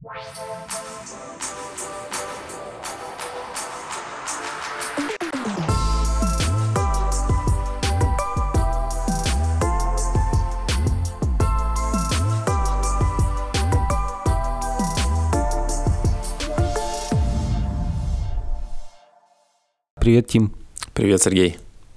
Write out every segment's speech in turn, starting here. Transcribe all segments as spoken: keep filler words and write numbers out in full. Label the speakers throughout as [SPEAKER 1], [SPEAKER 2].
[SPEAKER 1] Привет, Тим.
[SPEAKER 2] Привет, Сергей.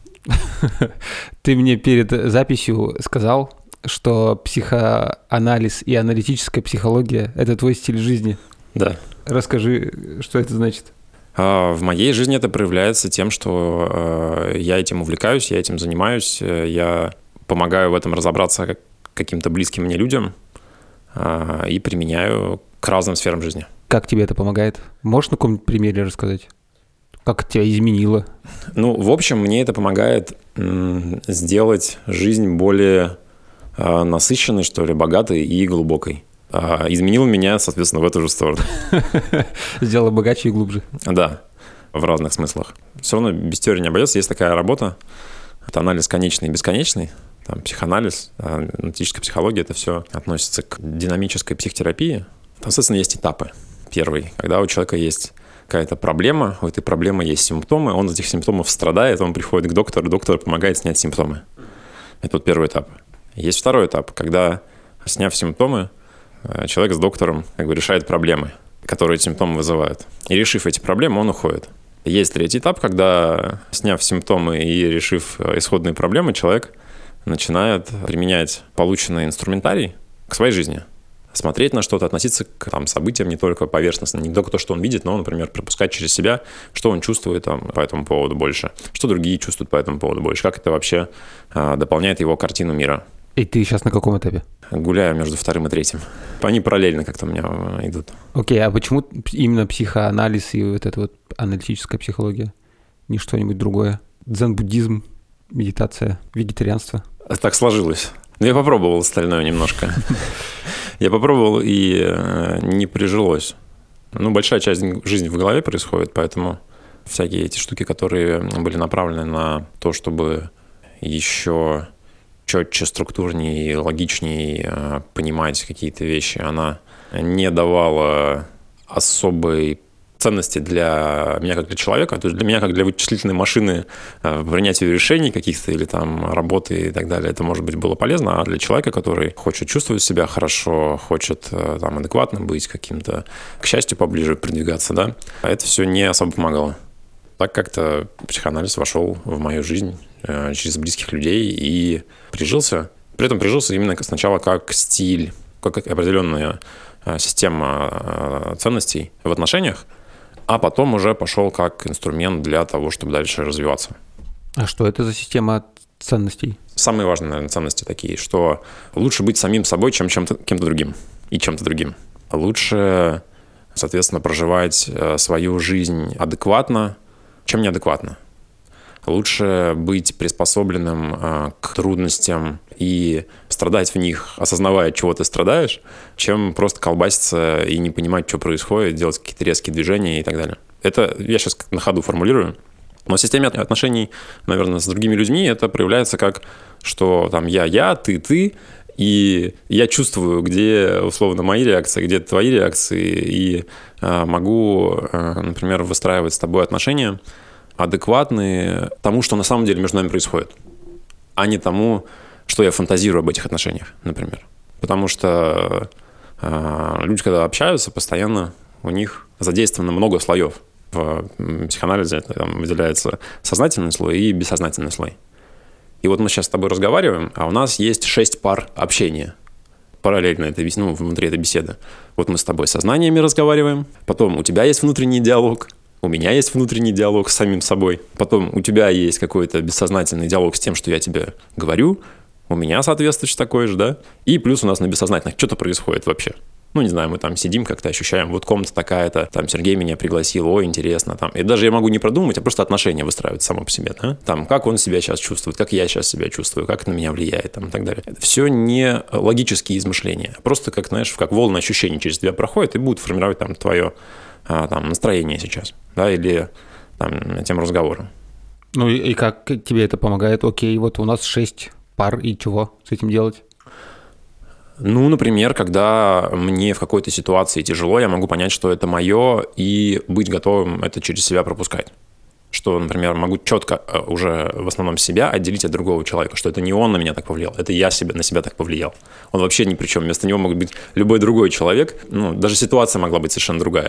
[SPEAKER 1] Ты мне перед записью сказал, что психоанализ и аналитическая психология – это твой стиль жизни.
[SPEAKER 2] Да.
[SPEAKER 1] Расскажи, что это значит?
[SPEAKER 2] В моей жизни это проявляется тем, что я этим увлекаюсь, я этим занимаюсь, я помогаю в этом разобраться каким-то близким мне людям и применяю к разным сферам жизни.
[SPEAKER 1] Как тебе это помогает? Можешь на каком-нибудь примере рассказать? Как это тебя изменило?
[SPEAKER 2] Ну, в общем, мне это помогает м, сделать жизнь более э, насыщенной, что ли, богатой и глубокой. Э, изменил меня, соответственно, в эту же сторону.
[SPEAKER 1] Сделала богаче и глубже.
[SPEAKER 2] Да, в разных смыслах. Все равно без теории не обойдется. Есть такая работа, это анализ конечный и бесконечный. Там психоанализ, аналитическая психология, это все относится к динамической психотерапии. Там, соответственно, есть этапы. Первый, когда у человека есть какая-то проблема, у этой проблемы есть симптомы, он из этих симптомов страдает, он приходит к доктору, доктор помогает снять симптомы. Это вот первый этап. Есть второй этап, когда, сняв симптомы, человек с доктором как бы решает проблемы, которые эти симптомы вызывают. И решив эти проблемы, он уходит. Есть третий этап, когда, сняв симптомы и решив исходные проблемы, человек начинает применять полученный инструментарий к своей жизни. Смотреть на что-то, относиться к там, событиям не только поверхностно, не только то, что он видит, но, например, пропускать через себя, что он чувствует там, по этому поводу больше, что другие чувствуют по этому поводу больше, как это вообще а, дополняет его картину мира.
[SPEAKER 1] И ты сейчас на каком этапе?
[SPEAKER 2] Гуляю между вторым и третьим. Они параллельно как-то у меня идут.
[SPEAKER 1] Окей, а почему именно психоанализ и вот эта вот аналитическая психология? Не что-нибудь другое? Дзен-буддизм, медитация, вегетарианство?
[SPEAKER 2] Так сложилось. Я попробовал остальное немножко. Я попробовал, и не прижилось. Ну, большая часть жизни в голове происходит, поэтому всякие эти штуки, которые были направлены на то, чтобы еще четче, структурнее и логичнее понимать какие-то вещи, она не давала особой ценности для меня как для человека, то есть для меня как для вычислительной машины в принятии решений каких-то или там работы и так далее, это, может быть, было полезно, а для человека, который хочет чувствовать себя хорошо, хочет там адекватно быть каким-то, к счастью, поближе придвигаться, да, это все не особо помогало. Так как-то психоанализ вошел в мою жизнь через близких людей и прижился. При этом прижился именно сначала как стиль, как определенная система ценностей в отношениях, а потом уже пошел как инструмент для того, чтобы дальше развиваться.
[SPEAKER 1] А что это за система ценностей?
[SPEAKER 2] Самые важные, наверное, ценности такие, что лучше быть самим собой, чем чем-то, кем-то другим и чем-то другим. Лучше, соответственно, проживать свою жизнь адекватно, чем неадекватно. Лучше быть приспособленным к трудностям и страдать в них, осознавая, от чего ты страдаешь, чем просто колбаситься и не понимать, что происходит, делать какие-то резкие движения и так далее. Это я сейчас на ходу формулирую. Но в системе отношений, наверное, с другими людьми это проявляется как, что там я-я, ты-ты, и я чувствую, где, условно, мои реакции, где твои реакции, и э, могу, э, например, выстраивать с тобой отношения, адекватные тому, что на самом деле между нами происходит, а не тому, что я фантазирую об этих отношениях, например. Потому что э, люди, когда общаются, постоянно у них задействовано много слоев. В психоанализе там выделяется сознательный слой и бессознательный слой. И вот мы сейчас с тобой разговариваем, а у нас есть шесть пар общения. Параллельно это, ну, внутри этой беседы. Вот мы с тобой сознаниями разговариваем, потом у тебя есть внутренний диалог, у меня есть внутренний диалог с самим собой. Потом у тебя есть какой-то бессознательный диалог с тем, что я тебе говорю. У меня соответствующий такой же, да? И плюс у нас на бессознательных что-то происходит вообще. Ну, не знаю, мы там сидим, как-то ощущаем, вот комната такая-то, там Сергей меня пригласил, ой, интересно, там. И даже я могу не продумать, а просто отношения выстраивать само по себе, да? Там, как он себя сейчас чувствует, как я сейчас себя чувствую, как это на меня влияет, там, и так далее. Это все не логические измышления, просто, как, знаешь, как волны ощущений через тебя проходят и будут формировать там твое а, там, настроение сейчас, да, или там тему разговора.
[SPEAKER 1] Ну, и, и как тебе это помогает? Окей, вот у нас шесть пар, и чего с этим делать?
[SPEAKER 2] Ну, например, когда мне в какой-то ситуации тяжело, я могу понять, что это мое, и быть готовым это через себя пропускать. Что, например, могу четко уже в основном себя отделить от другого человека, что это не он на меня так повлиял, это я себе, на себя так повлиял. Он вообще ни при чем, вместо него может быть любой другой человек, ну, даже ситуация могла быть совершенно другая.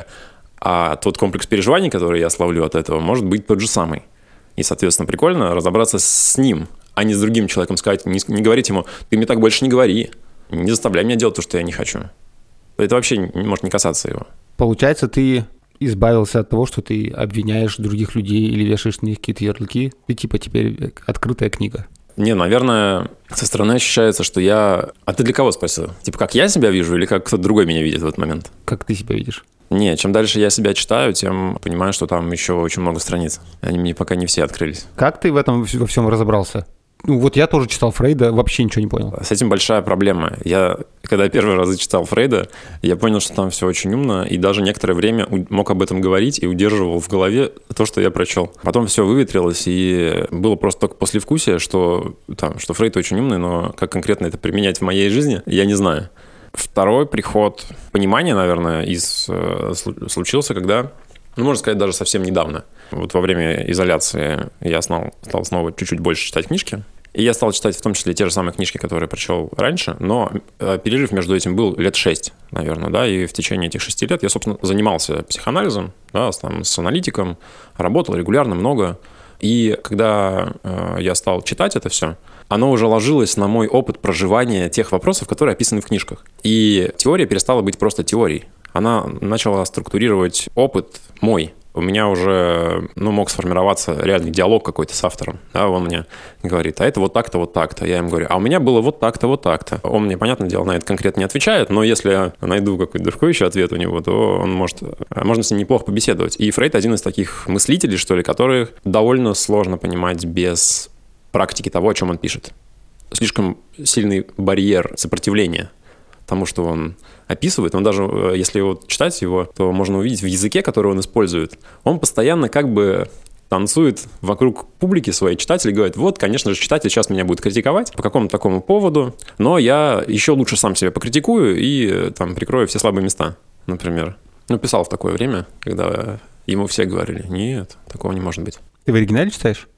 [SPEAKER 2] А тот комплекс переживаний, который я словлю от этого, может быть тот же самый. И, соответственно, прикольно разобраться с ним, а не с другим человеком, сказать, не, не говорить ему, ты мне так больше не говори. Не заставляй меня делать то, что я не хочу. Это вообще не может не касаться его.
[SPEAKER 1] Получается, ты избавился от того, что ты обвиняешь других людей или вешаешь на них какие-то ярлыки. Ты типа теперь открытая книга.
[SPEAKER 2] Не, наверное, со стороны ощущается, что я... А ты для кого спросил? Типа, как я себя вижу или как кто-то другой меня видит в этот момент?
[SPEAKER 1] Как ты себя видишь?
[SPEAKER 2] Не, чем дальше я себя читаю, тем понимаю, что там еще очень много страниц. Они мне пока не все открылись.
[SPEAKER 1] Как ты в этом во всем разобрался? Ну, вот я тоже читал Фрейда, вообще ничего не понял.
[SPEAKER 2] С этим большая проблема. Я, когда первый раз читал Фрейда, я понял, что там все очень умно, и даже некоторое время мог об этом говорить и удерживал в голове то, что я прочел. Потом все выветрилось, и было просто только послевкусие, что, там, что Фрейд очень умный, но как конкретно это применять в моей жизни, я не знаю. Второй приход понимания, наверное, из, случился, когда, ну, можно сказать, даже совсем недавно. Вот во время изоляции я стал, стал снова чуть-чуть больше читать книжки. И я стал читать в том числе те же самые книжки, которые прочел раньше, но перерыв между этим был лет шесть, наверное, да, и в течение этих шести лет я, собственно, занимался психоанализом, да, там, с аналитиком, работал регулярно, много. И когда э, я стал читать это все, оно уже ложилось на мой опыт проживания тех вопросов, которые описаны в книжках. И теория перестала быть просто теорией. Она начала структурировать опыт мой. У меня уже, ну, мог сформироваться реальный диалог какой-то с автором. Да, он мне говорит, а это вот так-то, вот так-то. Я ему говорю, а у меня было вот так-то, вот так-то. Он мне, понятное дело, на это конкретно не отвечает, но если я найду какой-то другой еще ответ у него, то он может, можно с ним неплохо побеседовать. И Фрейд один из таких мыслителей, что ли, которых довольно сложно понимать без практики того, о чем он пишет. Слишком сильный барьер сопротивления тому, что он описывает. Он даже, если его читать его, то можно увидеть в языке, который он использует. Он постоянно как бы танцует вокруг публики своей, читателей, говорит, вот, конечно же, читатель сейчас меня будет критиковать по какому-то такому поводу, но я еще лучше сам себя покритикую и там прикрою все слабые места, например. Ну, писал в такое время, когда ему все говорили, нет, такого не может быть.
[SPEAKER 1] Ты в оригинале читаешь?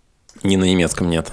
[SPEAKER 2] Не на немецком, нет.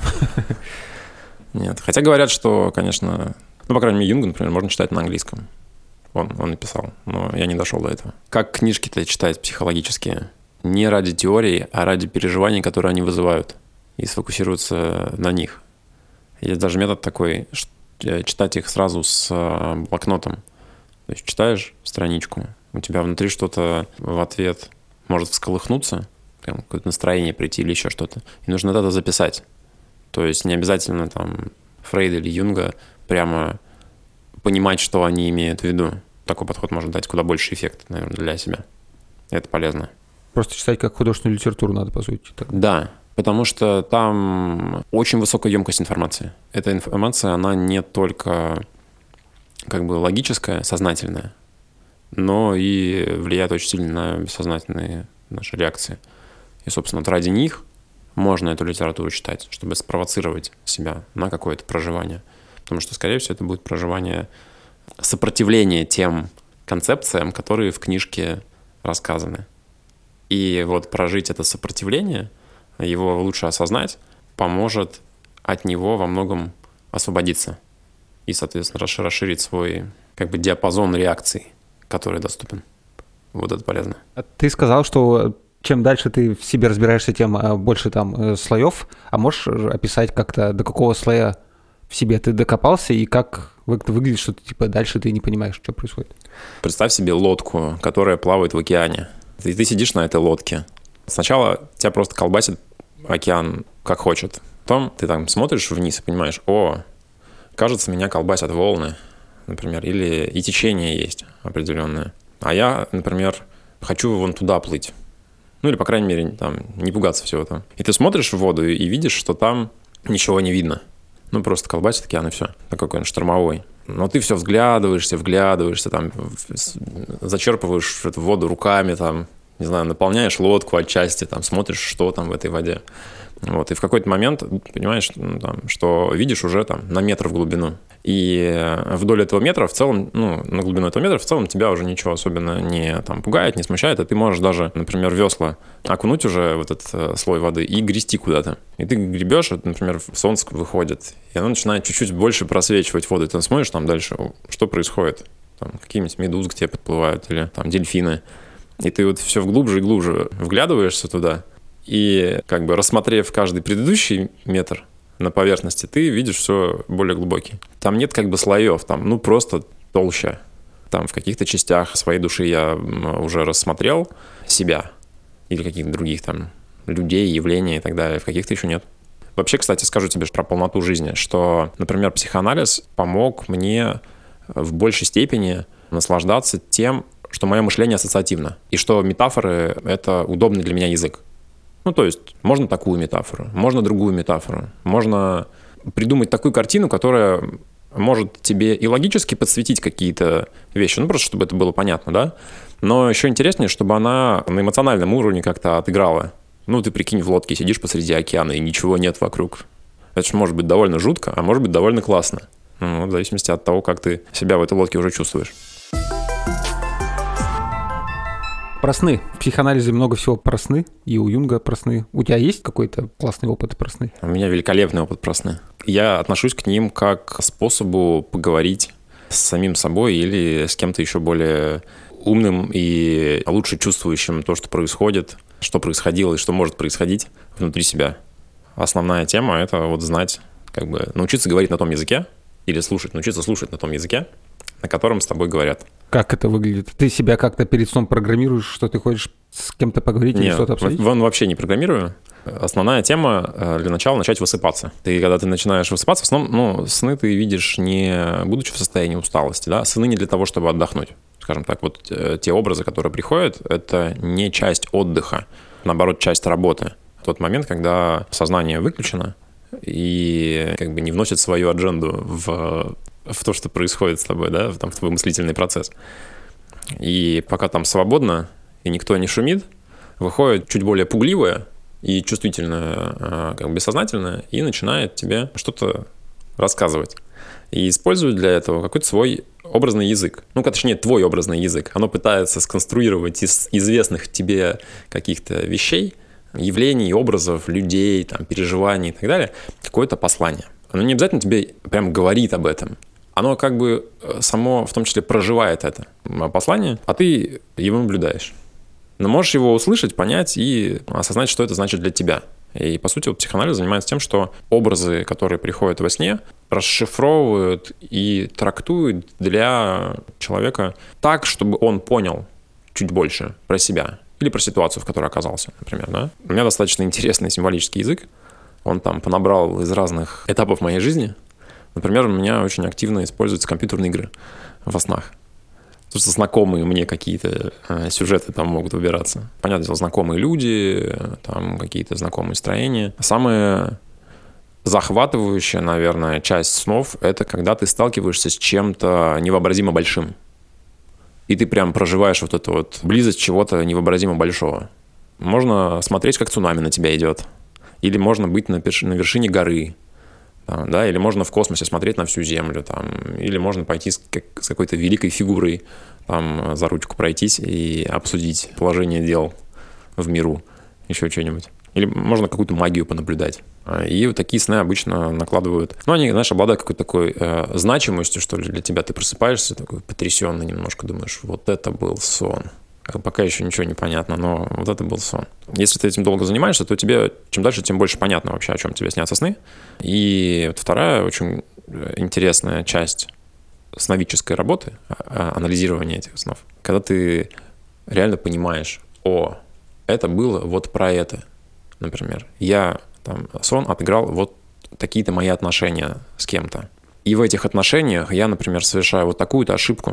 [SPEAKER 2] Нет. Хотя говорят, что, конечно... Ну, по крайней мере, Юнга, например, можно читать на английском. Он, он написал, но я не дошел до этого. Как книжки-то читать психологические? Не ради теории, а ради переживаний, которые они вызывают, и сфокусироваться на них. Есть даже метод такой, читать их сразу с блокнотом. То есть читаешь страничку, у тебя внутри что-то в ответ может всколыхнуться, какое-то настроение прийти или еще что-то, и нужно это записать. То есть не обязательно там Фрейда или Юнга прямо понимать, что они имеют в виду. Такой подход может дать куда больше эффект, наверное, для себя. Это полезно.
[SPEAKER 1] Просто читать как художественную литературу надо, по сути. Так.
[SPEAKER 2] Да, потому что там очень высокая емкость информации. Эта информация, она не только как бы логическая, сознательная, но и влияет очень сильно на бессознательные наши реакции. И, собственно, вот ради них можно эту литературу читать, чтобы спровоцировать себя на какое-то проживание. Потому что, скорее всего, это будет проживание сопротивления тем концепциям, которые в книжке рассказаны. И вот прожить это сопротивление, его лучше осознать, поможет от него во многом освободиться и, соответственно, расширить свой как бы диапазон реакций, который доступен. Вот это полезно.
[SPEAKER 1] Ты сказал, что чем дальше ты в себе разбираешься, тем больше там слоев. А можешь описать как-то, до какого слоя в себе ты докопался и как это выглядит, что ты, типа, дальше ты не понимаешь, что происходит?
[SPEAKER 2] Представь себе лодку, которая плавает в океане. И ты сидишь на этой лодке. Сначала тебя просто колбасит океан как хочет. Потом ты там смотришь вниз и понимаешь, о, кажется, меня колбасят волны, например, или и течение есть определенное. А я, например, хочу вон туда плыть. Ну или, по крайней мере, там, не пугаться всего там. И ты смотришь в воду и видишь, что там ничего не видно. Ну, просто колбасит океан и все. Такой какой-нибудь штормовой. Но ты все взглядываешься, вглядываешься, там, зачерпываешь эту воду руками, там, не знаю, наполняешь лодку отчасти, там, смотришь, что там в этой воде. Вот, и в какой-то момент понимаешь, ну, там, что видишь уже там на метр в глубину. И вдоль этого метра в целом, ну, на глубину этого метра в целом тебя уже ничего особенно не там, пугает, не смущает, а ты можешь даже, например, весла окунуть уже в этот э, слой воды и грести куда-то. И ты гребешь, вот, например, солнце выходит, и оно начинает чуть-чуть больше просвечивать воду, и ты смотришь там дальше, что происходит. Там какие-нибудь медузы к тебе подплывают или там дельфины. И ты вот все глубже и глубже вглядываешься туда, и как бы рассмотрев каждый предыдущий метр на поверхности, ты видишь все более глубокий. Там нет как бы слоев, там ну просто толще. Там в каких-то частях своей души я уже рассмотрел себя или каких-то других там людей, явлений и так далее, в каких-то еще нет. Вообще, кстати, скажу тебе про полноту жизни, что, например, психоанализ помог мне в большей степени наслаждаться тем, что мое мышление ассоциативно, и что метафоры — это удобный для меня язык. Ну, то есть, можно такую метафору, можно другую метафору, можно придумать такую картину, которая может тебе и логически подсветить какие-то вещи, ну, просто чтобы это было понятно, да? Но еще интереснее, чтобы она на эмоциональном уровне как-то отыграла. Ну, ты прикинь, в лодке сидишь посреди океана, и ничего нет вокруг. Это же может быть довольно жутко, а может быть довольно классно. Ну, в зависимости от того, как ты себя в этой лодке уже чувствуешь.
[SPEAKER 1] Про сны. В психоанализе много всего про сны, и у Юнга про сны. У тебя есть какой-то классный опыт про сны?
[SPEAKER 2] У меня великолепный опыт про сны. Я отношусь к ним как к способу поговорить с самим собой или с кем-то еще более умным и лучше чувствующим то, что происходит, что происходило и что может происходить внутри себя. Основная тема — это вот знать, как бы научиться говорить на том языке или слушать, научиться слушать на том языке, на котором с тобой говорят.
[SPEAKER 1] Как это выглядит? Ты себя как-то перед сном программируешь, что ты хочешь с кем-то поговорить или
[SPEAKER 2] Нет,
[SPEAKER 1] что-то обсудить?
[SPEAKER 2] Нет, вообще не программирую. Основная тема для начала — начать высыпаться. Ты, когда ты начинаешь высыпаться, в основном, ну, сны ты видишь не будучи в состоянии усталости, да, сны не для того, чтобы отдохнуть. Скажем так, вот те образы, которые приходят, это не часть отдыха, наоборот, часть работы. Тот момент, когда сознание выключено и как бы не вносит свою адженду в... в то, что происходит с тобой, да, там, в твой мыслительный процесс. И пока там свободно, и никто не шумит, выходит чуть более пугливое и чувствительное, как бы бессознательное, и начинает тебе что-то рассказывать. И использует для этого какой-то свой образный язык. Ну, точнее, твой образный язык. Оно пытается сконструировать из известных тебе каких-то вещей, явлений, образов, людей, там, переживаний и так далее, какое-то послание. Оно не обязательно тебе прям говорит об этом. Оно как бы само, в том числе, проживает это послание, а ты его наблюдаешь. Но можешь его услышать, понять и осознать, что это значит для тебя. И, по сути, вот психоанализ занимается тем, что образы, которые приходят во сне, расшифровывают и трактуют для человека так, чтобы он понял чуть больше про себя или про ситуацию, в которой оказался, например. Да? У меня достаточно интересный символический язык. Он там понабрал из разных этапов моей жизни. Например, у меня очень активно используются компьютерные игры во снах. Потому что знакомые мне какие-то э, сюжеты там могут выбираться. Понятное дело, знакомые люди, там какие-то знакомые строения. Самая захватывающая, наверное, часть снов — это когда ты сталкиваешься с чем-то невообразимо большим. И ты прям проживаешь вот эту вот близость чего-то невообразимо большого. Можно смотреть, как цунами на тебя идет. Или можно быть на, перш... на вершине горы. Там, да, или можно в космосе смотреть на всю Землю, там, или можно пойти с, как, с какой-то великой фигурой там, за ручку пройтись и обсудить положение дел в миру, еще что-нибудь. Или можно какую-то магию понаблюдать. И вот такие сны обычно накладывают. Ну, они, знаешь, обладают какой-то такой э, значимостью, что ли, для тебя. Ты просыпаешься такой потрясенный немножко, думаешь, вот это был сон. Пока еще ничего не понятно, но вот это был сон. Если ты этим долго занимаешься, то тебе чем дальше, тем больше понятно вообще, о чем тебе снятся сны. И вот вторая очень интересная часть сновидческой работы, анализирования этих снов, когда ты реально понимаешь, о, это было вот про это, например. Я там сон отыграл вот такие-то мои отношения с кем-то. И в этих отношениях я, например, совершаю вот такую-то ошибку,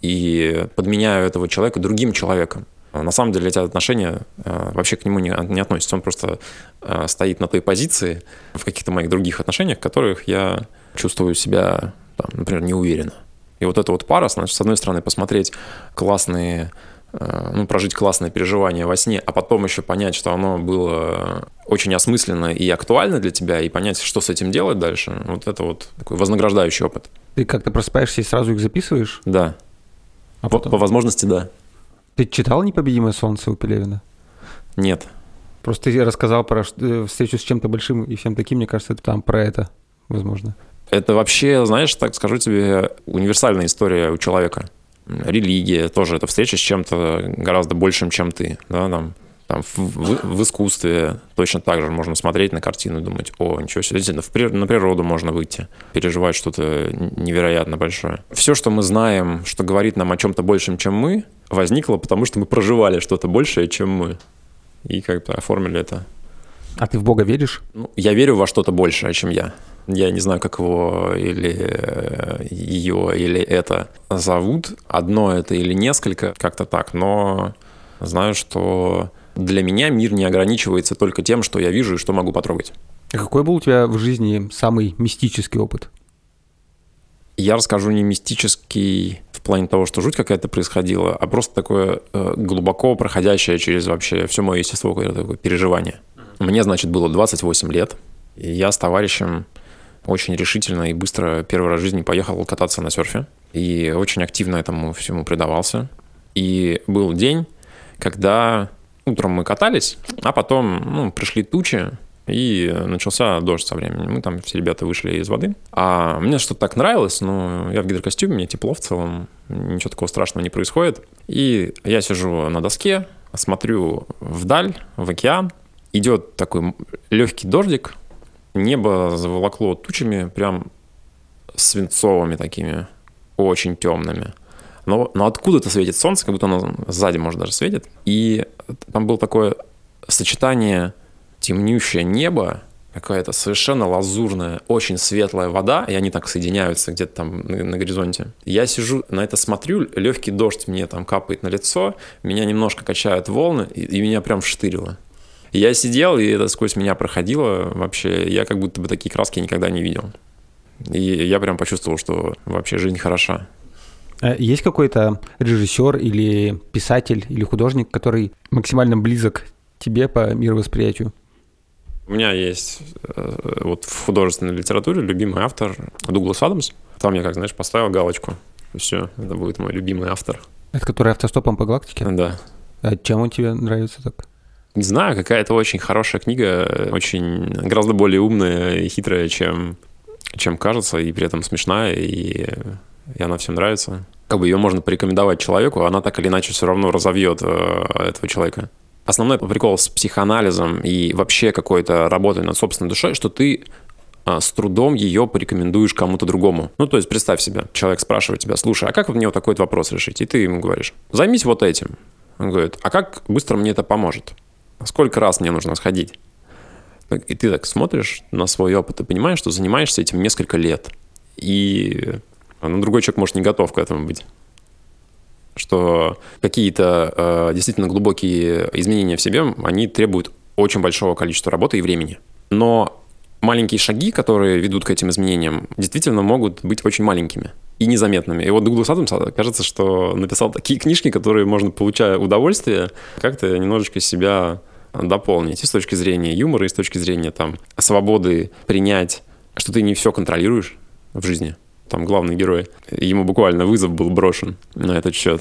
[SPEAKER 2] и подменяю этого человека другим человеком. На самом деле эти отношения э, вообще к нему не, не относятся. Он просто э, стоит на той позиции в каких-то моих других отношениях, в которых я чувствую себя, там, например, неуверенно. И вот эта вот пара, значит, с одной стороны, посмотреть классные ну, прожить классное переживание во сне, а потом еще понять, что оно было очень осмысленно и актуально для тебя, и понять, что с этим делать дальше, вот это вот такой вознаграждающий опыт.
[SPEAKER 1] Ты как-то просыпаешься и сразу их записываешь?
[SPEAKER 2] Да.
[SPEAKER 1] А
[SPEAKER 2] по,
[SPEAKER 1] потом...
[SPEAKER 2] по возможности, да.
[SPEAKER 1] Ты читал «Непобедимое солнце» у Пелевина?
[SPEAKER 2] Нет.
[SPEAKER 1] Просто ты рассказал про встречу с чем-то большим и всем таким, мне кажется, это там про это, возможно.
[SPEAKER 2] Это вообще, знаешь, так скажу тебе, универсальная история у человека. Религия тоже, это встреча с чем-то гораздо большим, чем ты. Да, там, там, в, в, в искусстве точно так же можно смотреть на картину и думать: о, ничего себе, в при, на природу можно выйти, переживать что-то невероятно большое. Все, что мы знаем, что говорит нам о чем-то большем, чем мы, возникло потому, что мы проживали что-то большее, чем мы. И как-то оформили это.
[SPEAKER 1] А ты в Бога веришь?
[SPEAKER 2] Ну, я верю во что-то большее, чем я. Я не знаю, как его или ее, или это зовут. Одно это или несколько, как-то так. Но знаю, что для меня мир не ограничивается только тем, что я вижу и что могу потрогать.
[SPEAKER 1] А какой был у тебя в жизни самый мистический опыт?
[SPEAKER 2] Я расскажу не мистический в плане того, что жуть какая-то происходила, а просто такое э, глубоко проходящее через вообще все мое естество какое-то такое переживание. Мне, значит, было двадцать восемь лет, и я с товарищем очень решительно и быстро первый раз в жизни поехал кататься на серфе, и очень активно этому всему предавался. И был день, когда утром мы катались, а потом ну, пришли тучи, и начался дождь со временем. Мы там все ребята вышли из воды. А мне что-то так нравилось, но я в гидрокостюме, мне тепло в целом, ничего такого страшного не происходит. И я сижу на доске, смотрю вдаль, в океан. Идет такой легкий дождик, небо заволокло тучами, прям свинцовыми такими, очень темными. Но, но откуда-то светит солнце, как будто оно сзади, может, даже светит. И там было такое сочетание темнющее небо, какая-то совершенно лазурная, очень светлая вода, и они так соединяются где-то там на, на горизонте. Я сижу, на это смотрю, легкий дождь мне там капает на лицо, меня немножко качают волны, и, и меня прям вштырило. Я сидел, и это сквозь меня проходило вообще, я как будто бы такие краски никогда не видел. И я прям почувствовал, что вообще жизнь хороша.
[SPEAKER 1] Есть какой-то режиссер или писатель или художник, который максимально близок тебе по мировосприятию?
[SPEAKER 2] У меня есть э, вот в художественной литературе любимый автор Дуглас Адамс. Там я, как знаешь, поставил галочку. Все, это будет мой любимый автор.
[SPEAKER 1] Это который «Автостопом по галактике»?
[SPEAKER 2] Да.
[SPEAKER 1] А чем он тебе нравится так?
[SPEAKER 2] Не знаю, какая-то очень хорошая книга, очень гораздо более умная и хитрая, чем, чем кажется, и при этом смешная, и, и она всем нравится. Как бы ее можно порекомендовать человеку, она так или иначе все равно разовьет э, этого человека. Основной прикол с психоанализом и вообще какой-то работой над собственной душой, что ты а, с трудом ее порекомендуешь кому-то другому. Ну, то есть представь себе, человек спрашивает тебя: слушай, а как мне вот такой вот вопрос решить? И ты ему говоришь: займись вот этим. Он говорит: а как быстро мне это поможет? Сколько раз мне нужно сходить? И ты так смотришь на свой опыт и понимаешь, что занимаешься этим несколько лет. И ну, другой человек может не готов к этому быть. Что какие-то э, действительно глубокие изменения в себе, они требуют очень большого количества работы и времени. Но маленькие шаги, которые ведут к этим изменениям, действительно могут быть очень маленькими и незаметными. И вот Дуглас Адамс, кажется, что написал такие книжки, которые можно, получая удовольствие, как-то немножечко себя дополнить. И с точки зрения юмора, и с точки зрения там, свободы принять, что ты не все контролируешь в жизни. Там главный герой. Ему буквально вызов был брошен на этот счет.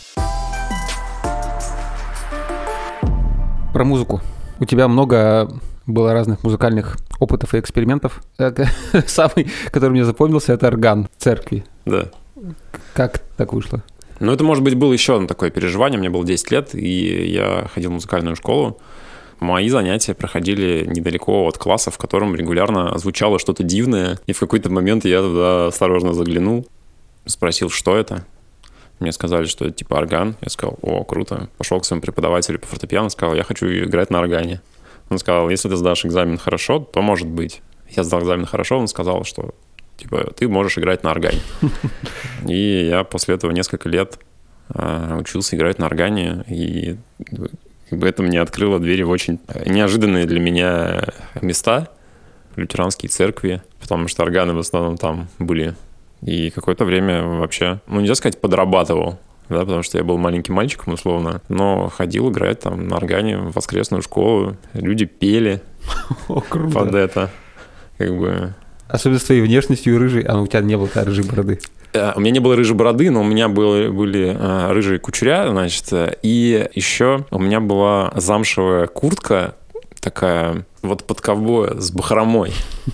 [SPEAKER 1] Про музыку. У тебя много было разных музыкальных опытов и экспериментов. Самый, который мне запомнился, это орган в церкви.
[SPEAKER 2] Да.
[SPEAKER 1] Как так вышло?
[SPEAKER 2] Ну, это, может быть, было еще одно такое переживание. Мне было десять лет, и я ходил в музыкальную школу. Мои занятия проходили недалеко от класса, в котором регулярно звучало что-то дивное. И в какой-то момент я туда осторожно заглянул, спросил, что это. Мне сказали, что это типа орган. Я сказал: о, круто. Пошел к своему преподавателю по фортепиано, сказал: я хочу играть на органе. Он сказал: если ты сдашь экзамен хорошо, то может быть. Я сдал экзамен хорошо, он сказал, что типа ты можешь играть на органе. И я после этого несколько лет э, учился играть на органе, и это мне открыло двери в очень неожиданные для меня места, лютеранские церкви, потому что органы в основном там были. И какое-то время вообще, ну нельзя сказать, подрабатывал. да, потому что я был маленьким мальчиком, условно, но ходил играть там на органе в воскресную школу, люди пели
[SPEAKER 1] О, круто.
[SPEAKER 2] под это, как бы...
[SPEAKER 1] Особенно с твоей внешностью и рыжей, а у тебя не было такой рыжей бороды.
[SPEAKER 2] У меня не было рыжей бороды, но у меня были, были а, рыжие кучеря, значит, и еще у меня была замшевая куртка такая вот под ковбоя с бахромой.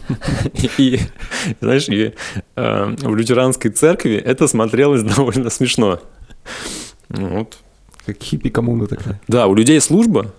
[SPEAKER 2] И, знаешь, и в лютеранской церкви это смотрелось довольно смешно. Вот.
[SPEAKER 1] Как хиппи коммуна такая.
[SPEAKER 2] Да, у людей служба,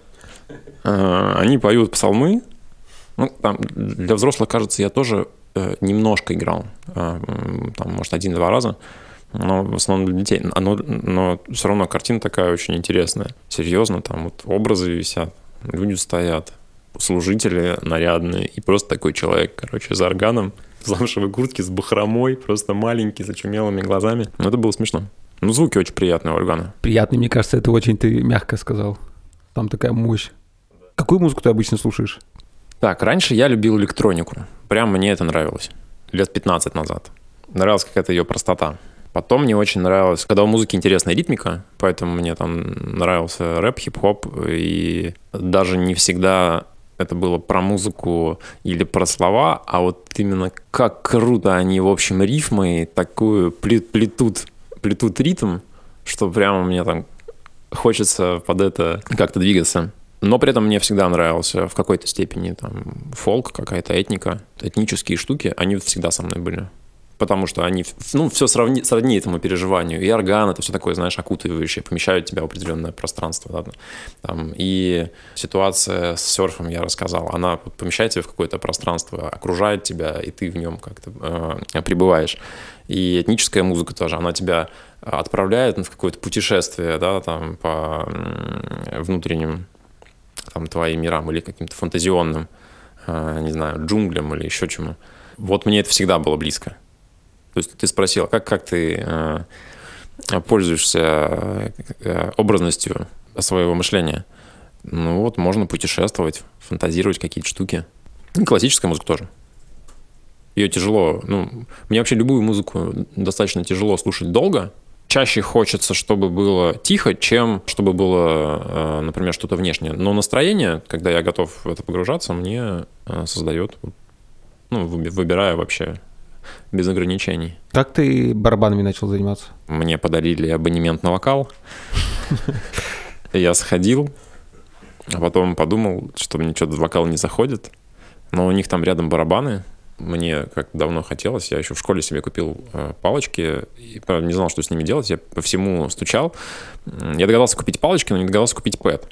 [SPEAKER 2] они поют псалмы. Ну, там, для взрослых, кажется, я тоже немножко играл, там, может, один-два раза, но в основном для детей. Но, но все равно картина такая очень интересная. Серьезно, там вот образы висят, люди стоят, служители нарядные, и просто такой человек, короче, за органом, в замшевой куртке, с бахромой, просто маленький, с очумелыми глазами. Но это было смешно. Ну, звуки очень приятные у органа.
[SPEAKER 1] Приятный, мне кажется, это очень ты мягко сказал. Там такая мощь. Какую музыку ты обычно слушаешь?
[SPEAKER 2] Так, раньше я любил электронику. Прям мне это нравилось. Лет пятнадцать назад. Нравилась какая-то ее простота. Потом мне очень нравилось, когда у музыки интересная ритмика, поэтому мне там нравился рэп, хип-хоп, и даже не всегда это было про музыку или про слова, а вот именно как круто они, в общем, рифмой такую плетут, плетут ритм, что прямо мне там хочется под это как-то двигаться. Но при этом мне всегда нравился в какой-то степени там фолк, какая-то этника, этнические штуки, они всегда со мной были. Потому что они, ну, все сравни, сродни этому переживанию. И орган, это все такое, знаешь, окутывающее, помещают тебя в определенное пространство. Да? Там, и ситуация с серфом, я рассказал, она помещает тебя в какое-то пространство, окружает тебя, и ты в нем как-то э, пребываешь. И этническая музыка тоже, она тебя отправляет в какое-то путешествие, да, там, по внутренним там, твоим мирам или каким-то фантазионным, э, не знаю, джунглям или еще чему. Вот мне это всегда было близко. То есть ты спросил, как, как ты э, пользуешься э, образностью своего мышления? Ну вот, можно путешествовать, фантазировать какие-то штуки. И классическая музыка тоже. Ее тяжело, ну, мне вообще любую музыку достаточно тяжело слушать долго. Чаще хочется, чтобы было тихо, чем чтобы было, э, например, что-то внешнее. Но настроение, когда я готов в это погружаться, мне э, создает, ну, выбирая вообще без ограничений.
[SPEAKER 1] Как ты барабанами начал заниматься?
[SPEAKER 2] Мне подарили абонемент на вокал. Я сходил, а потом подумал, что мне что-то вокал не заходит. Но у них там рядом барабаны. Мне как давно хотелось. Я еще в школе себе купил палочки. И не знал, что с ними делать. Я по всему стучал. Я догадался купить палочки, но не догадался купить пэд.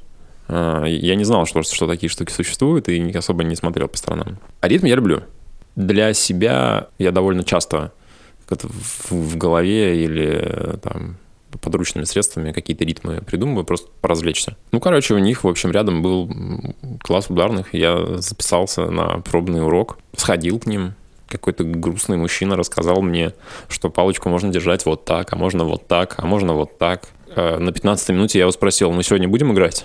[SPEAKER 2] Я не знал, что, что такие штуки существуют, и особо не смотрел по сторонам. А ритм я люблю. Для себя я довольно часто в, в голове или там, подручными средствами какие-то ритмы придумываю, просто поразвлечься. Ну, короче, у них, в общем, рядом был класс ударных. Я записался на пробный урок, сходил к ним. Какой-то грустный мужчина рассказал мне, что палочку можно держать вот так, а можно вот так, а можно вот так. На пятнадцатой минуте я его спросил, мы сегодня будем играть?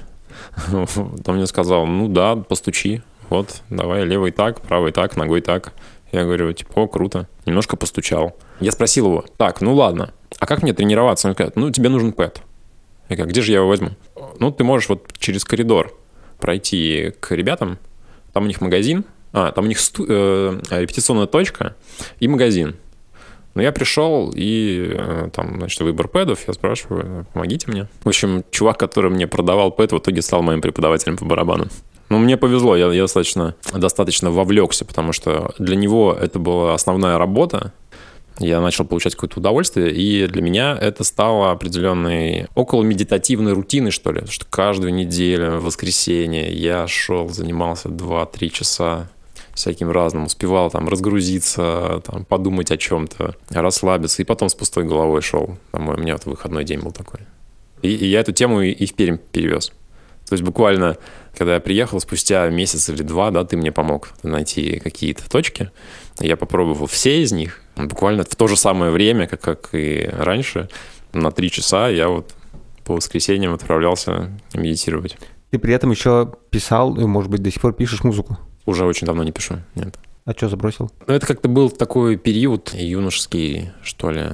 [SPEAKER 2] Он мне сказал, ну да, постучи. Вот, давай левый так, правый так, ногой так. Я говорю, типа, о, круто. Немножко постучал. Я спросил его, так, ну ладно, а как мне тренироваться? Он говорит, ну, тебе нужен пэд. Я говорю, где же я его возьму? Ну, ты можешь вот через коридор пройти к ребятам. Там у них магазин, а, там у них сту- э, репетиционная точка и магазин. Ну, я пришел, и э, там, значит, выбор пэдов, я спрашиваю, помогите мне. В общем, чувак, который мне продавал пэд, в итоге стал моим преподавателем по барабану. Ну, мне повезло, я, я достаточно, достаточно вовлекся, потому что для него это была основная работа. Я начал получать какое-то удовольствие, и для меня это стало определенной около медитативной рутиной, что ли. Потому что каждую неделю, в воскресенье, я шел, занимался два-три часа всяким разным, успевал там разгрузиться, там, подумать о чем-то, расслабиться, и потом с пустой головой шел. Там, у меня вот выходной день был такой. И, и я эту тему и в Пермь перевез. То есть буквально, когда я приехал, спустя месяц или два, да, ты мне помог найти какие-то точки. Я попробовал все из них. Буквально в то же самое время, как, как и раньше, на три часа я вот по воскресеньям отправлялся медитировать.
[SPEAKER 1] Ты при этом еще писал, и, может быть, до сих пор пишешь музыку?
[SPEAKER 2] Уже очень давно не пишу, нет.
[SPEAKER 1] А что забросил?
[SPEAKER 2] Ну, это как-то был такой период юношеский, что ли.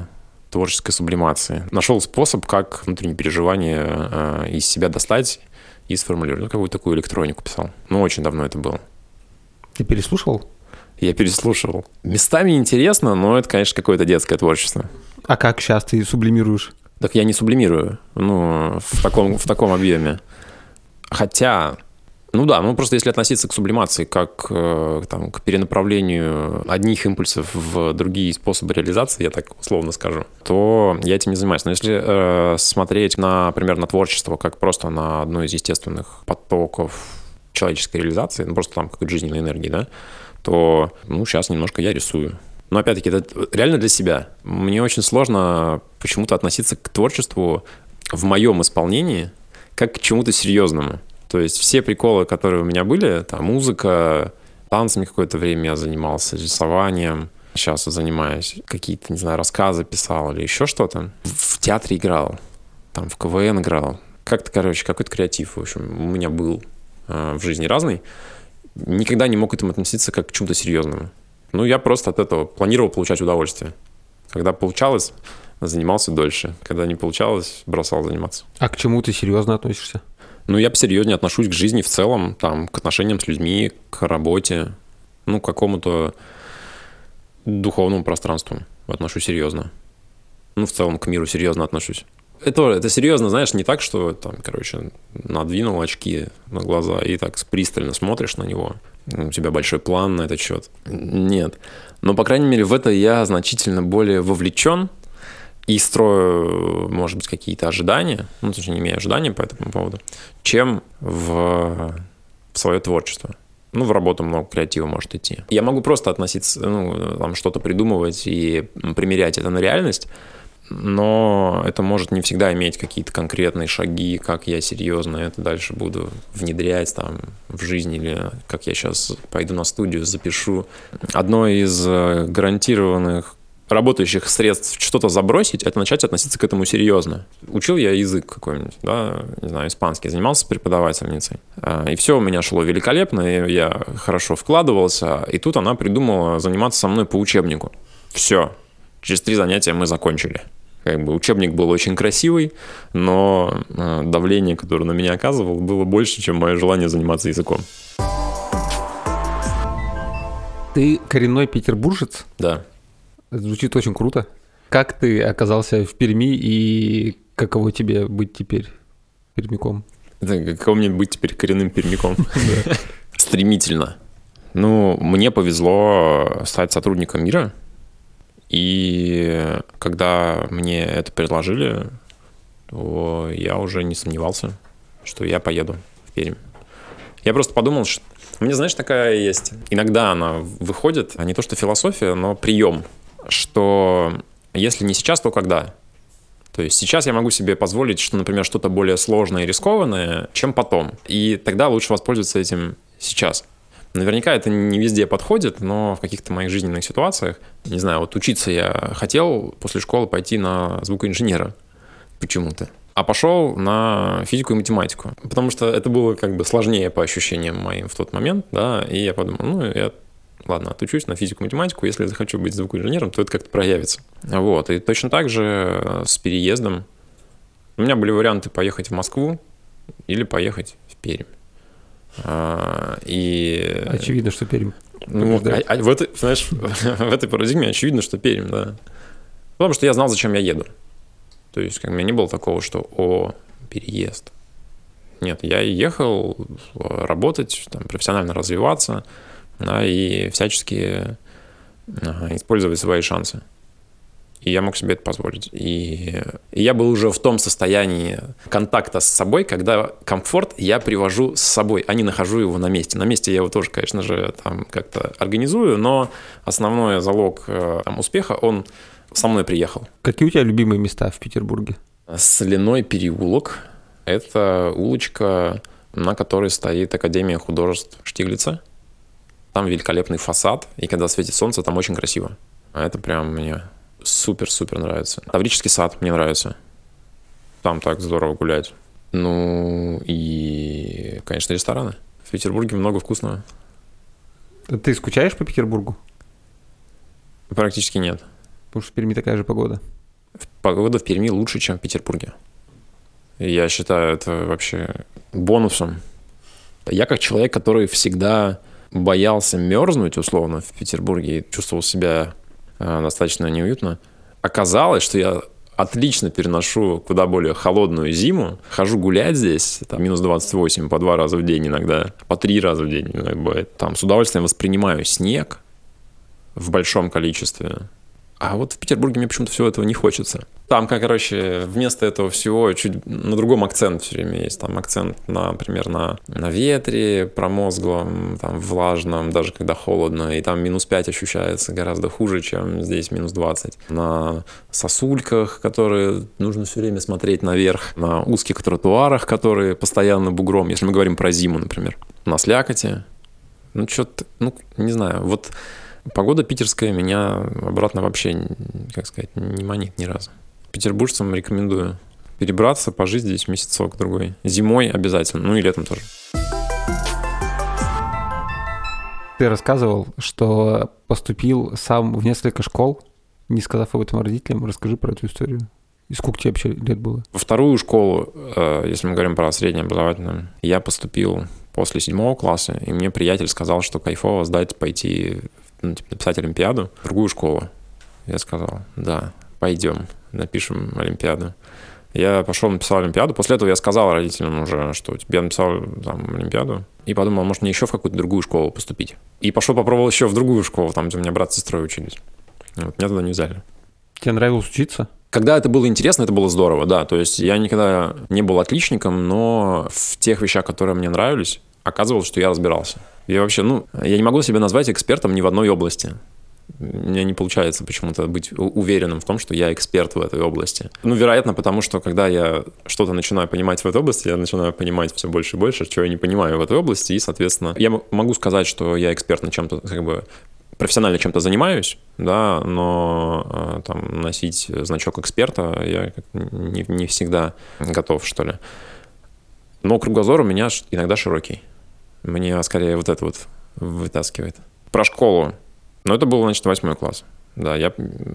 [SPEAKER 2] творческой сублимации. Нашел способ, как внутренние переживания э, из себя достать и сформулировать. Ну, какую-то такую электронику писал. Ну, очень давно это было.
[SPEAKER 1] Ты переслушивал?
[SPEAKER 2] Я переслушивал. Местами интересно, но это, конечно, какое-то детское творчество.
[SPEAKER 1] А как сейчас ты сублимируешь?
[SPEAKER 2] Так я не сублимирую, ну, в таком, в таком объеме. Хотя, ну да, ну просто если относиться к сублимации как э, там, к перенаправлению одних импульсов в другие способы реализации, я так условно скажу, то я этим не занимаюсь. Но если э, смотреть, на, например, на творчество как просто на одну из естественных потоков человеческой реализации, ну просто там какой-то жизненной энергии, да, то, ну, сейчас немножко я рисую. Но опять-таки, это реально для себя. Мне очень сложно почему-то относиться к творчеству в моем исполнении как к чему-то серьезному. То есть все приколы, которые у меня были, там музыка, танцами какое-то время я занимался, рисованием, сейчас вот занимаюсь, какие-то, не знаю, рассказы писал или еще что-то. В театре играл, там в ка вэ эн играл. Как-то, короче, какой-то креатив, в общем, у меня был э, в жизни разный. Никогда не мог к этому относиться как к чему-то серьезному. Ну, я просто от этого планировал получать удовольствие. Когда получалось, занимался дольше. Когда не получалось, бросал заниматься.
[SPEAKER 1] А к чему ты серьезно относишься?
[SPEAKER 2] Ну, я посерьезнее отношусь к жизни в целом, там, к отношениям с людьми, к работе, ну, к какому-то духовному пространству отношусь серьезно. Ну, в целом к миру серьезно отношусь. Это, это серьезно, знаешь, не так, что там, короче, надвинул очки на глаза и так пристально смотришь на него. У тебя большой план на этот счет. Нет. Но, по крайней мере, в это я значительно более вовлечен и строю, может быть, какие-то ожидания, ну, точнее, не имею ожиданий по этому поводу, чем в, в свое творчество. Ну, в работу много креатива может идти. Я могу просто относиться, ну, там, что-то придумывать и примерять это на реальность, но это может не всегда иметь какие-то конкретные шаги, как я серьезно это дальше буду внедрять там в жизнь, или как я сейчас пойду на студию, запишу. Одно из гарантированных работающих средств что-то забросить, это начать относиться к этому серьезно. Учил я язык какой-нибудь, да, не знаю, испанский, занимался преподавательницей. И все у меня шло великолепно, и я хорошо вкладывался, и тут она придумала заниматься со мной по учебнику. Все, через три занятия мы закончили. Как бы учебник был очень красивый, но давление, которое на меня оказывало, было больше, чем мое желание заниматься языком.
[SPEAKER 1] Ты коренной петербуржец?
[SPEAKER 2] Да.
[SPEAKER 1] Это звучит очень круто. Как ты оказался в Перми и каково тебе быть теперь пермяком?
[SPEAKER 2] Это каково мне быть теперь коренным пермяком? Стремительно. Ну, мне повезло стать сотрудником МИРа. И когда мне это предложили, то я уже не сомневался, что я поеду в Пермь. Я просто подумал, что у меня, знаешь, такая есть. Иногда она выходит, а не то что философия, но прием, что если не сейчас, то когда? То есть сейчас я могу себе позволить, что, например, что-то более сложное и рискованное, чем потом. И тогда лучше воспользоваться этим сейчас. Наверняка это не везде подходит, но в каких-то моих жизненных ситуациях, не знаю, вот учиться я хотел после школы пойти на звукоинженера почему-то, а пошел на физику и математику, потому что это было как бы сложнее по ощущениям моим в тот момент, да, и я подумал, ну, я, ладно, отучусь на физику и математику, если я захочу быть звукоинженером, то это как-то проявится. Вот, и точно так же с переездом. У меня были варианты поехать в Москву или поехать в Пермь. И...
[SPEAKER 1] Очевидно, что Пермь.
[SPEAKER 2] Ну, а, а в, этой, знаешь, в этой парадигме очевидно, что Пермь, да. Потому что я знал, зачем я еду. То есть, как, у меня не было такого, что «О, переезд». Нет, я ехал работать, там, профессионально развиваться, да, и всячески ага, использовать свои шансы. И я мог себе это позволить. И, и я был уже в том состоянии контакта с собой, когда комфорт я привожу с собой, а не нахожу его на месте. На месте я его тоже, конечно же, там как-то организую, но основной залог там, успеха, он со мной приехал.
[SPEAKER 1] Какие у тебя любимые места в Петербурге?
[SPEAKER 2] Соляной переулок. Это улочка, на которой стоит Академия художеств Штиглица. Там великолепный фасад, и когда светит солнце, там очень красиво. А это прям мне... Супер-супер нравится. Таврический сад мне нравится. Там так здорово гулять. Ну и, конечно, рестораны. В Петербурге много вкусного.
[SPEAKER 1] Ты скучаешь по Петербургу?
[SPEAKER 2] Практически нет.
[SPEAKER 1] Потому что в Перми такая же погода.
[SPEAKER 2] Погода в Перми лучше, чем в Петербурге. И я считаю это вообще бонусом. Я как человек, который всегда боялся мерзнуть, условно, в Петербурге и чувствовал себя э, достаточно неуютно, оказалось, что я отлично переношу куда более холодную зиму. Хожу гулять здесь, там минус двадцать восемь по два раза в день иногда, по три раза в день иногда бывает. Там с удовольствием воспринимаю снег в большом количестве. А вот в Петербурге мне почему-то всего этого не хочется. Там, как, короче, вместо этого всего чуть на другом акцент все время есть. Там акцент, на, например, на, на ветре промозглом, там, влажном, даже когда холодно. И там минус пять ощущается гораздо хуже, чем здесь минус двадцать. На сосульках, которые нужно все время смотреть наверх. На узких тротуарах, которые постоянно бугром. Если мы говорим про зиму, например. На слякоти. Ну, что-то, ну, не знаю, вот... Погода питерская меня обратно вообще, как сказать, не манит ни разу. Петербуржцам рекомендую перебраться, пожить здесь месяцок-другой. Зимой обязательно, ну и летом тоже.
[SPEAKER 1] Ты рассказывал, что поступил сам в несколько школ, не сказав об этом родителям. Расскажи про эту историю. И сколько тебе вообще лет было?
[SPEAKER 2] Во вторую школу, если мы говорим про среднеобразовательную, я поступил после седьмого класса, и мне приятель сказал, что кайфово сдать, пойти... Ну, типа, написать олимпиаду в другую школу. Я сказал, да, пойдем, напишем олимпиаду. Я пошел, написал олимпиаду. После этого я сказал родителям уже, что я написал там олимпиаду. И подумал, может, мне еще в какую-то другую школу поступить. И пошел попробовал еще в другую школу, там, где у меня брат с сестрой учились. Вот, меня туда не взяли.
[SPEAKER 1] Тебе нравилось учиться?
[SPEAKER 2] Когда это было интересно, это было здорово, да. То есть я никогда не был отличником, но в тех вещах, которые мне нравились, оказывалось, что я разбирался. Я вообще, ну, я не могу себя назвать экспертом ни в одной области. У меня не получается почему-то быть уверенным в том, что я эксперт в этой области. Ну, вероятно, потому что, когда я что-то начинаю понимать в этой области, я начинаю понимать все больше и больше, чего я не понимаю в этой области, и, соответственно, я могу сказать, что я эксперт на чем-то, как бы, профессионально чем-то занимаюсь, да, но там носить значок эксперта я не, не всегда готов, что ли. Но кругозор у меня иногда широкий. Мне скорее вот это вот вытаскивает. Про школу. Ну, это был, значит, восьмой класс. Да, я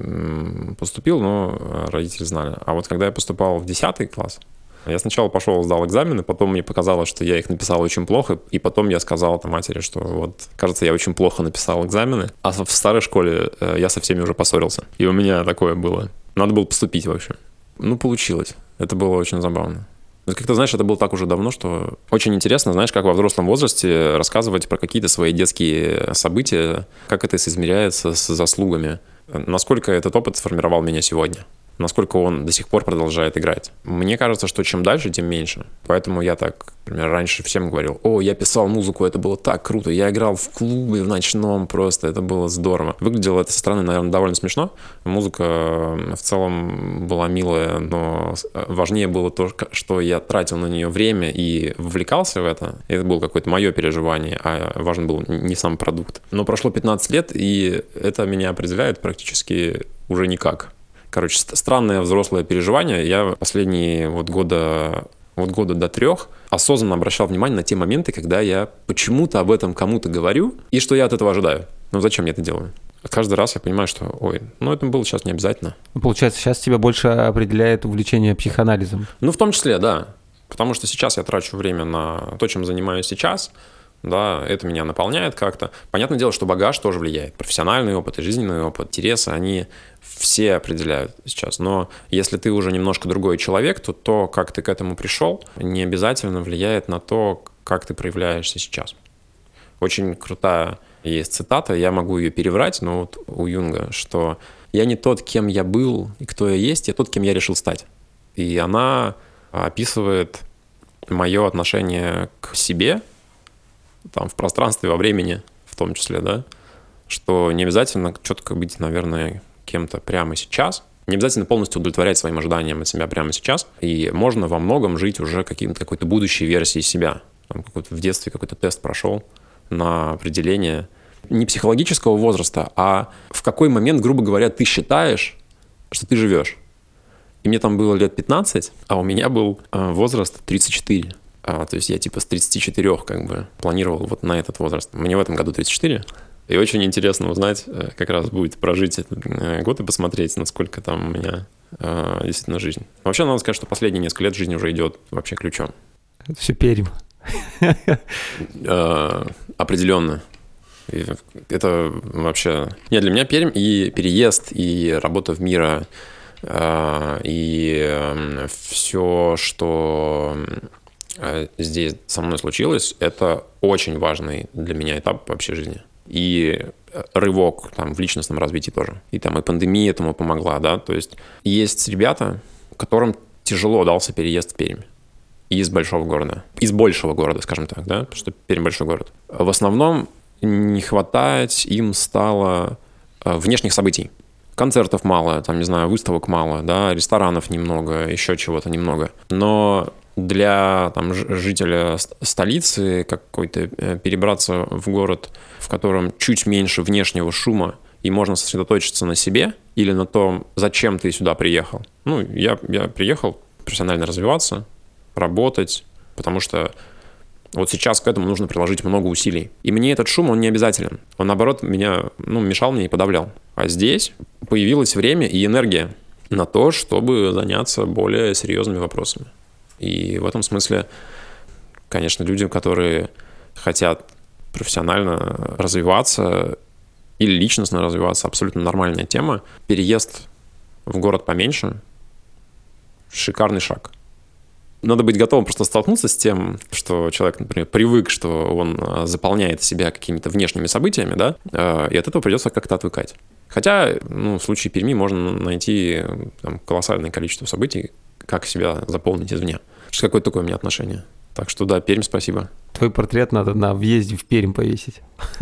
[SPEAKER 2] поступил, но родители знали. А вот когда я поступал в десятый класс, я сначала пошел, сдал экзамены, потом мне показалось, что я их написал очень плохо, и потом я сказал там матери, что вот, кажется, я очень плохо написал экзамены, а в старой школе я со всеми уже поссорился. И у меня такое было. Надо было поступить, в общем. Ну, получилось. Это было очень забавно. Как-то, знаешь, это было так уже давно, что очень интересно, знаешь, как во взрослом возрасте рассказывать про какие-то свои детские события, как это соизмеряется с заслугами. Насколько этот опыт сформировал меня сегодня. Насколько он до сих пор продолжает играть. Мне кажется, что чем дальше, тем меньше. Поэтому я так, например, раньше всем говорил: о, я писал музыку, это было так круто, я играл в клубе в ночном просто, это было здорово. Выглядело это со стороны, наверное, довольно смешно. Музыка в целом была милая, но важнее было то, что я тратил на нее время и вовлекался в это. Это было какое-то мое переживание, а важен был не сам продукт. Но прошло пятнадцать лет, и это меня определяет практически уже никак. Короче, странное взрослое переживание. Я последние вот года, вот года до трех осознанно обращал внимание на те моменты, когда я почему-то об этом кому-то говорю, и что я от этого ожидаю. Ну, зачем я это делаю? Каждый раз я понимаю, что, ой, ну, это было сейчас не обязательно.
[SPEAKER 1] Получается, сейчас тебя больше определяет увлечение психоанализом.
[SPEAKER 2] Ну, в том числе, да. Потому что сейчас я трачу время на то, чем занимаюсь сейчас. Да, это меня наполняет как-то. Понятное дело, что багаж тоже влияет. Профессиональный опыт и жизненный опыт, интересы, они все определяют сейчас. Но если ты уже немножко другой человек, то то, как ты к этому пришел, не обязательно влияет на то, как ты проявляешься сейчас. Очень крутая есть цитата, я могу ее переврать, но вот у Юнга, что «я не тот, кем я был и кто я есть, я тот, кем я решил стать». И она описывает мое отношение к себе, там, в пространстве, во времени в том числе, да, что не обязательно четко быть, наверное, кем-то прямо сейчас, не обязательно полностью удовлетворять своим ожиданиям от себя прямо сейчас, и можно во многом жить уже каким-то, какой-то будущей версией себя. Там, какой-то в детстве какой-то тест прошел на определение не психологического возраста, а в какой момент, грубо говоря, ты считаешь, что ты живешь. И мне там было лет пятнадцать, а у меня был возраст тридцать четыре. А, то есть я типа с тридцати четырёх как бы планировал вот на этот возраст. Мне в этом году тридцать четыре. И очень интересно узнать, как раз будет прожить этот год и посмотреть, насколько там у меня э, действительно жизнь. Вообще, надо сказать, что последние несколько лет жизнь уже идет вообще ключом.
[SPEAKER 1] Это все Пермь.
[SPEAKER 2] Э, определенно. И это вообще... Нет, для меня Пермь и переезд, и работа в Мира, э, и все, что здесь со мной случилось, это очень важный для меня этап вообще жизни. И рывок там в личностном развитии тоже. И там и пандемия этому помогла, да. То есть есть ребята, которым тяжело дался переезд в Пермь. Из большого города. Из большего города, скажем так, да, потому что Пермь большой город. В основном не хватать им стало внешних событий. Концертов мало, там, не знаю, выставок мало, да, ресторанов немного, еще чего-то немного. Но для там, жителя столицы какой-то перебраться в город, в котором чуть меньше внешнего шума, и можно сосредоточиться на себе или на том, зачем ты сюда приехал. Ну, я, я приехал профессионально развиваться, работать, потому что вот сейчас к этому нужно приложить много усилий. И мне этот шум, он не обязателен. Он, наоборот, меня, ну, мешал мне и подавлял. А здесь появилось время и энергия на то, чтобы заняться более серьезными вопросами. И в этом смысле, конечно, людям, которые хотят профессионально развиваться или личностно развиваться, абсолютно нормальная тема. Переезд в город поменьше – шикарный шаг. Надо быть готовым просто столкнуться с тем, что человек, например, привык, что он заполняет себя какими-то внешними событиями, да, и от этого придется как-то отвыкать. Хотя, ну, в случае Перми можно найти там, колоссальное количество событий, как себя заполнить извне. Что какое-то такое у меня отношение. Так что да, Пермь, спасибо.
[SPEAKER 1] Твой портрет надо на въезде в Пермь повесить.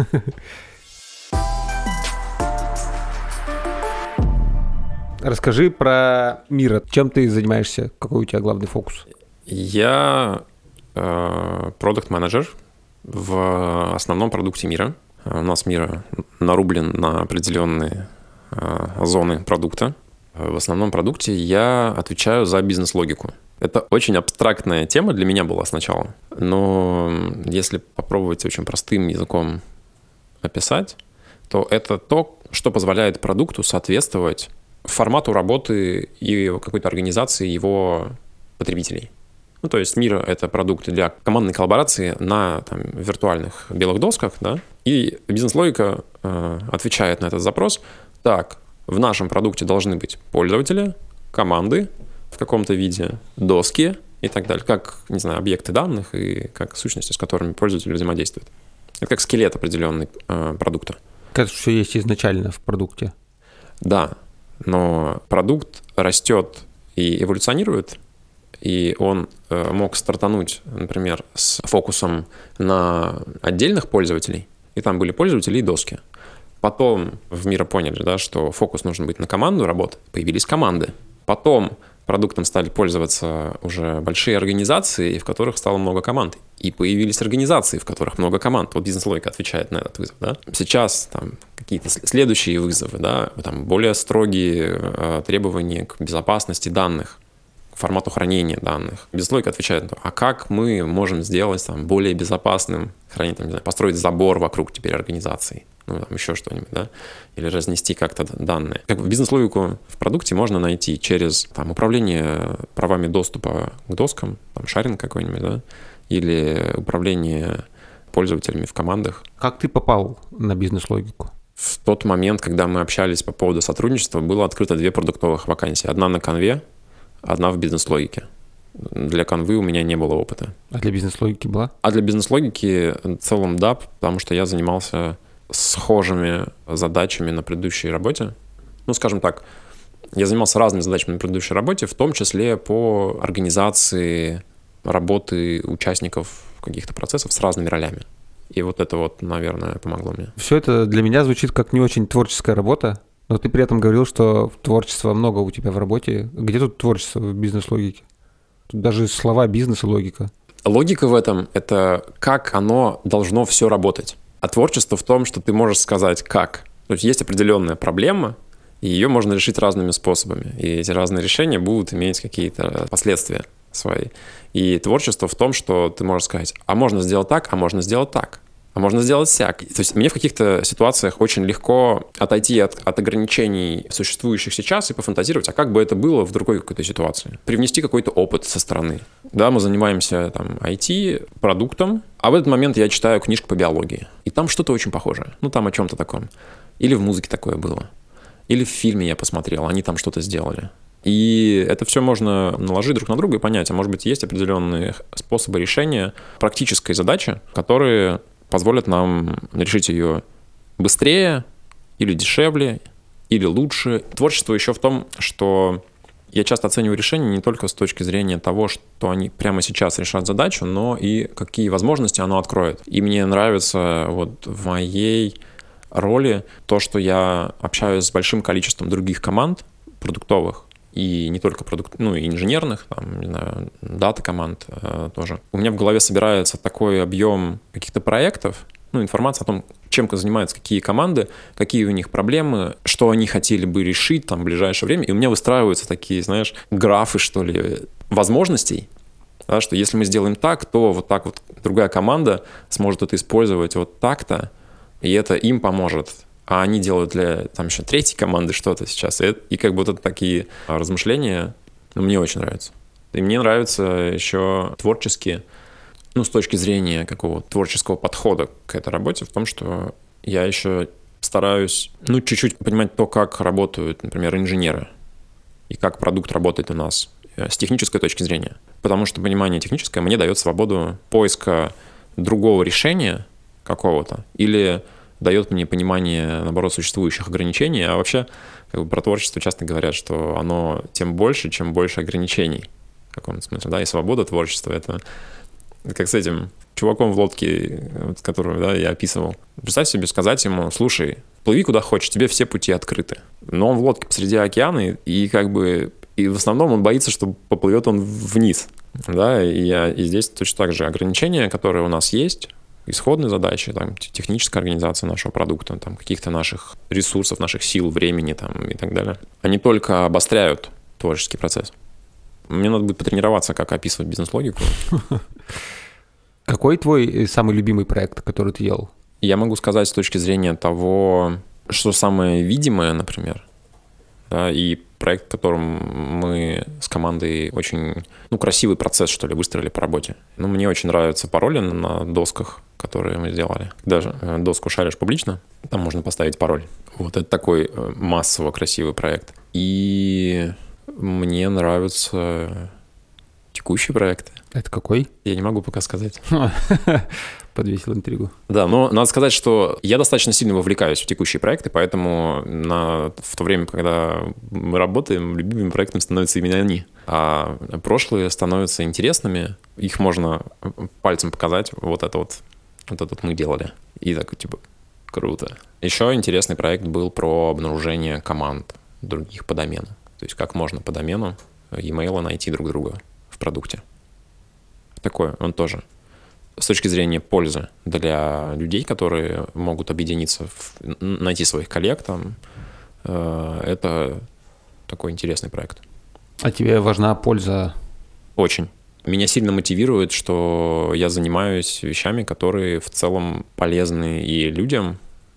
[SPEAKER 1] Расскажи про Мира. Чем ты занимаешься? Какой у тебя главный фокус?
[SPEAKER 2] Я э, продакт-менеджер в основном продукте Мира. У нас Мира нарублен на определенные э, зоны продукта. В основном продукте я отвечаю за бизнес-логику. Это очень абстрактная тема для меня была сначала. Но если попробовать очень простым языком описать, то это то, что позволяет продукту соответствовать формату работы и какой-то организации его потребителей. Ну, то есть Мира — это продукты для командной коллаборации на там, виртуальных белых досках, да, и бизнес-логика э, отвечает на этот запрос. Так, в нашем продукте должны быть пользователи, команды в каком-то виде, доски и так далее, как, не знаю, объекты данных и как сущности, с которыми пользователь взаимодействует. Это как скелет определенный э, продукта.
[SPEAKER 1] Как все есть изначально в продукте.
[SPEAKER 2] Да, но продукт растет и эволюционирует, и он э, мог стартануть, например, с фокусом на отдельных пользователей, и там были пользователи и доски. Потом в Мира поняли, да, что фокус нужно быть на команду работы, появились команды. Потом продуктом стали пользоваться уже большие организации, в которых стало много команд. И появились организации, в которых много команд. Вот бизнес-логика отвечает на этот вызов. Да? Сейчас там какие-то следующие вызовы, да, там более строгие э, требования к безопасности данных, к формату хранения данных. Бизнес-логика отвечает на то, а как мы можем сделать там, более безопасным хранение, там, не знаю, построить забор вокруг теперь организации. Ну, там еще что-нибудь, да, или разнести как-то данные. Как бизнес-логику в продукте можно найти через там, управление правами доступа к доскам, там, шаринг какой-нибудь, да, или управление пользователями в командах.
[SPEAKER 1] Как ты попал на бизнес-логику?
[SPEAKER 2] В тот момент, когда мы общались по поводу сотрудничества, было открыто две продуктовых вакансии. Одна на конве, одна в бизнес-логике. Для конвы у меня не было опыта.
[SPEAKER 1] А для бизнес-логики была?
[SPEAKER 2] А для бизнес-логики в целом да, потому что я занимался схожими задачами на предыдущей работе. Ну, скажем так, я занимался разными задачами на предыдущей работе, в том числе по организации работы участников каких-то процессов с разными ролями. И вот это вот, наверное, помогло мне.
[SPEAKER 1] Все это для меня звучит как не очень творческая работа, но ты при этом говорил, что творчества много у тебя в работе. Где тут творчество в бизнес-логике? Тут даже слова бизнес и логика.
[SPEAKER 2] Логика в этом — это как оно должно все работать. А творчество в том, что ты можешь сказать «как». То есть есть определенная проблема, и ее можно решить разными способами. И эти разные решения будут иметь какие-то последствия свои. И творчество в том, что ты можешь сказать «а можно сделать так, а можно сделать так». а можно сделать сяк. То есть мне в каких-то ситуациях очень легко отойти от, от ограничений, существующих сейчас, и пофантазировать, а как бы это было в другой какой-то ситуации. Привнести какой-то опыт со стороны. Да, мы занимаемся там ай ти-продуктом, а в этот момент я читаю книжку по биологии. И там что-то очень похожее. Ну, там о чем-то таком. Или в музыке такое было. Или в фильме я посмотрел, они там что-то сделали. И это все можно наложить друг на друга и понять, а может быть, есть определенные способы решения практической задачи, которые позволят нам решить ее быстрее или дешевле, или лучше. Творчество еще в том, что я часто оцениваю решения не только с точки зрения того, что они прямо сейчас решат задачу, но и какие возможности оно откроет. И мне нравится вот в моей роли то, что я общаюсь с большим количеством других команд продуктовых, и не только продукт, ну, и инженерных, там, не знаю, дата-команд э, тоже. У меня в голове собирается такой объем каких-то проектов, ну, информация о том, чем занимаются какие команды, какие у них проблемы, что они хотели бы решить там в ближайшее время. И у меня выстраиваются такие, знаешь, графы, что ли, возможностей, да, что если мы сделаем так, то вот так вот другая команда сможет это использовать вот так-то, и это им поможет. А они делают для там еще третьей команды что-то сейчас. И, и как будто такие размышления, ну, мне очень нравятся. И мне нравится еще творчески, ну, с точки зрения какого творческого подхода к этой работе, в том, что я еще стараюсь, ну, чуть-чуть понимать то, как работают, например, инженеры, и как продукт работает у нас с технической точки зрения. Потому что понимание техническое мне дает свободу поиска другого решения какого-то, или дает мне понимание, наоборот, существующих ограничений. А вообще, как бы, про творчество часто говорят, что оно тем больше, чем больше ограничений. В каком-то смысле, да, и свобода творчества — это как с этим чуваком в лодке, вот, которого, да, я описывал. Представь себе сказать ему: слушай, плыви куда хочешь, тебе все пути открыты. Но он в лодке посреди океана, и, и как бы, и в основном он боится, что поплывет он вниз. Да, и, я, и здесь точно так же ограничения, которые у нас есть, исходные задачи, там, техническая организация нашего продукта, там, каких-то наших ресурсов, наших сил, времени там, и так далее, они только обостряют творческий процесс. Мне надо будет потренироваться, как описывать бизнес-логику.
[SPEAKER 1] Какой твой самый любимый проект, который ты делал?
[SPEAKER 2] Я могу сказать с точки зрения того, что самое видимое, например, да, и проект, в котором мы с командой очень, ну, красивый процесс, что ли, выстроили по работе. Ну, мне очень нравятся пароли на досках, которые мы сделали. Даже доску шаришь публично, там можно поставить пароль. Вот это такой массово красивый проект. И мне нравятся текущие проекты.
[SPEAKER 1] Это какой?
[SPEAKER 2] Я не могу пока сказать.
[SPEAKER 1] Подвесил интригу.
[SPEAKER 2] Да, но надо сказать, что я достаточно сильно вовлекаюсь в текущие проекты, поэтому на, в то время, когда мы работаем, любимыми проектами становятся именно они. А прошлые становятся интересными, их можно пальцем показать, вот это вот, вот это вот мы делали. И так, типа, круто. Еще интересный проект был про обнаружение команд других по домену. То есть как можно по домену e-mail найти друг друга в продукте. Такой он тоже. С точки зрения пользы для людей, которые могут объединиться, в, найти своих коллег, там, э, это такой интересный проект.
[SPEAKER 1] А тебе важна польза?
[SPEAKER 2] Очень. Меня сильно мотивирует, что я занимаюсь вещами, которые в целом полезны и людям,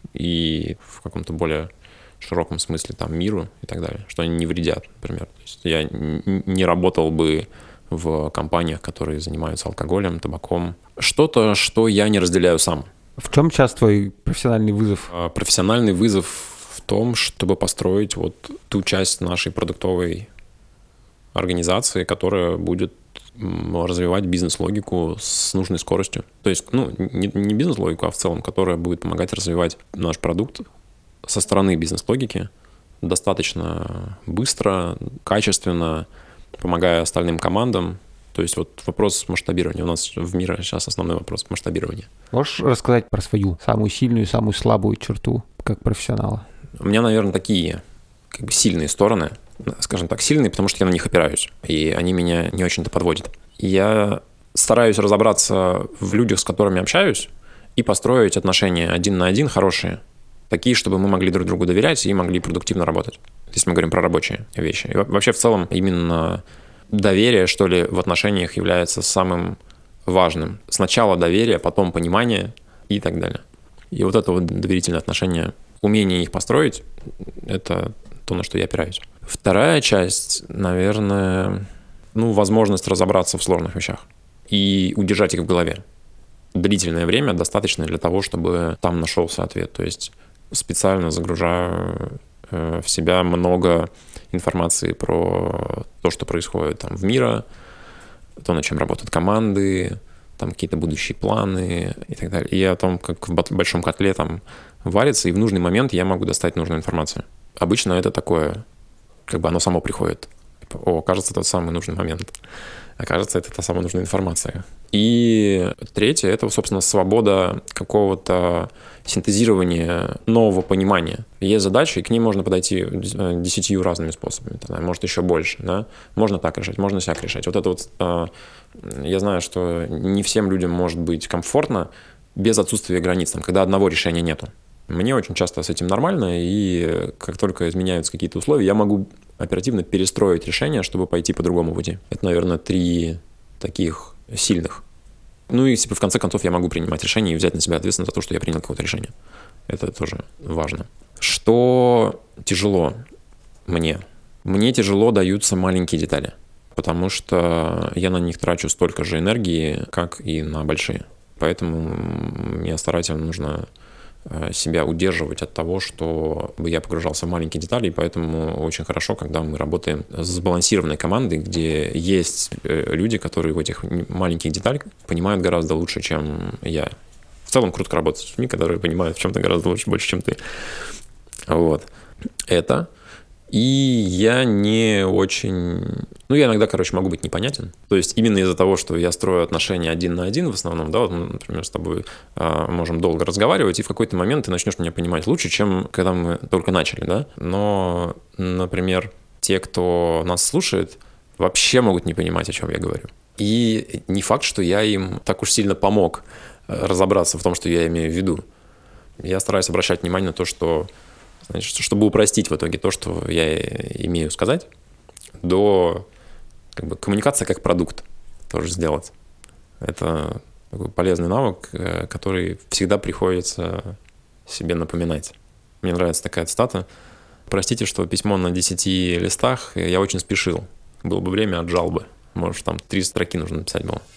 [SPEAKER 2] и в каком-то более широком смысле там, миру и так далее, что они не вредят, например. То есть я не работал бы в компаниях, которые занимаются алкоголем, табаком. Что-то, что я не разделяю сам.
[SPEAKER 1] В чем сейчас твой профессиональный вызов?
[SPEAKER 2] Профессиональный вызов в том, чтобы построить вот ту часть нашей продуктовой организации, которая будет развивать бизнес-логику с нужной скоростью. То есть, ну, не, не бизнес-логику, а в целом, которая будет помогать развивать наш продукт со стороны бизнес-логики достаточно быстро, качественно, помогая остальным командам. То есть вот вопрос масштабирования. У нас в мире сейчас основной вопрос масштабирования.
[SPEAKER 1] Можешь рассказать про свою самую сильную, самую слабую черту как профессионала?
[SPEAKER 2] У меня, наверное, такие как бы сильные стороны. Скажем так, сильные, потому что я на них опираюсь. И они меня не очень-то подводят. Я стараюсь разобраться в людях, с которыми общаюсь, и построить отношения один на один хорошие. Такие, чтобы мы могли друг другу доверять и могли продуктивно работать. Если мы говорим про рабочие вещи. И вообще в целом именно доверие, что ли, в отношениях является самым важным. Сначала доверие, потом понимание, и так далее. И вот это вот доверительные отношения, умение их построить, это то, на что я опираюсь. Вторая часть, наверное, ну, возможность разобраться в сложных вещах и удержать их в голове. Длительное время достаточно для того, чтобы там нашелся ответ. То есть специально загружаю в себя много информации про то, что происходит там в мире, то, над чем работают команды, там какие-то будущие планы и так далее. И о том, как в большом котле там варится, и в нужный момент я могу достать нужную информацию. Обычно это такое, как бы оно само приходит. О, кажется, тот самый нужный момент. Окажется, это та самая нужная информация. И третье — это, собственно, свобода какого-то синтезирования нового понимания. Есть задачи, и к ним можно подойти десятью разными способами. Тогда, может, еще больше. Да? Можно так решать, можно сяк решать. Вот это вот... Э, я знаю, что не всем людям может быть комфортно без отсутствия границ, там, когда одного решения нету. Мне очень часто с этим нормально, и как только изменяются какие-то условия, я могу оперативно перестроить решение, чтобы пойти по другому пути. Это, наверное, три таких сильных. Ну и в конце концов я могу принимать решения и взять на себя ответственность за то, что я принял какое-то решение. Это тоже важно. Что тяжело мне? Мне тяжело даются маленькие детали, потому что я на них трачу столько же энергии, как и на большие. Поэтому мне старательно нужно себя удерживать от того, чтобы я погружался в маленькие детали, и поэтому очень хорошо, когда мы работаем с сбалансированной командой, где есть люди, которые в этих маленьких деталях понимают гораздо лучше, чем я. В целом круто работать с людьми, которые понимают в чем-то гораздо лучше, больше, чем ты. Вот. Это. И я не очень... Ну, я иногда, короче, могу быть непонятен. То есть именно из-за того, что я строю отношения один на один в основном, да, вот мы, например, с тобой э, можем долго разговаривать, и в какой-то момент ты начнешь меня понимать лучше, чем когда мы только начали, да. Но, например, те, кто нас слушает, вообще могут не понимать, о чем я говорю. И не факт, что я им так уж сильно помог разобраться в том, что я имею в виду. Я стараюсь обращать внимание на то, что... Значит, чтобы упростить в итоге то, что я имею сказать, до как бы, коммуникации как продукт тоже сделать. Это такой полезный навык, который всегда приходится себе напоминать. Мне нравится такая цитата. Простите, что письмо на десяти листах, я очень спешил. Было бы время, отжал бы. Может, там три строки нужно написать было.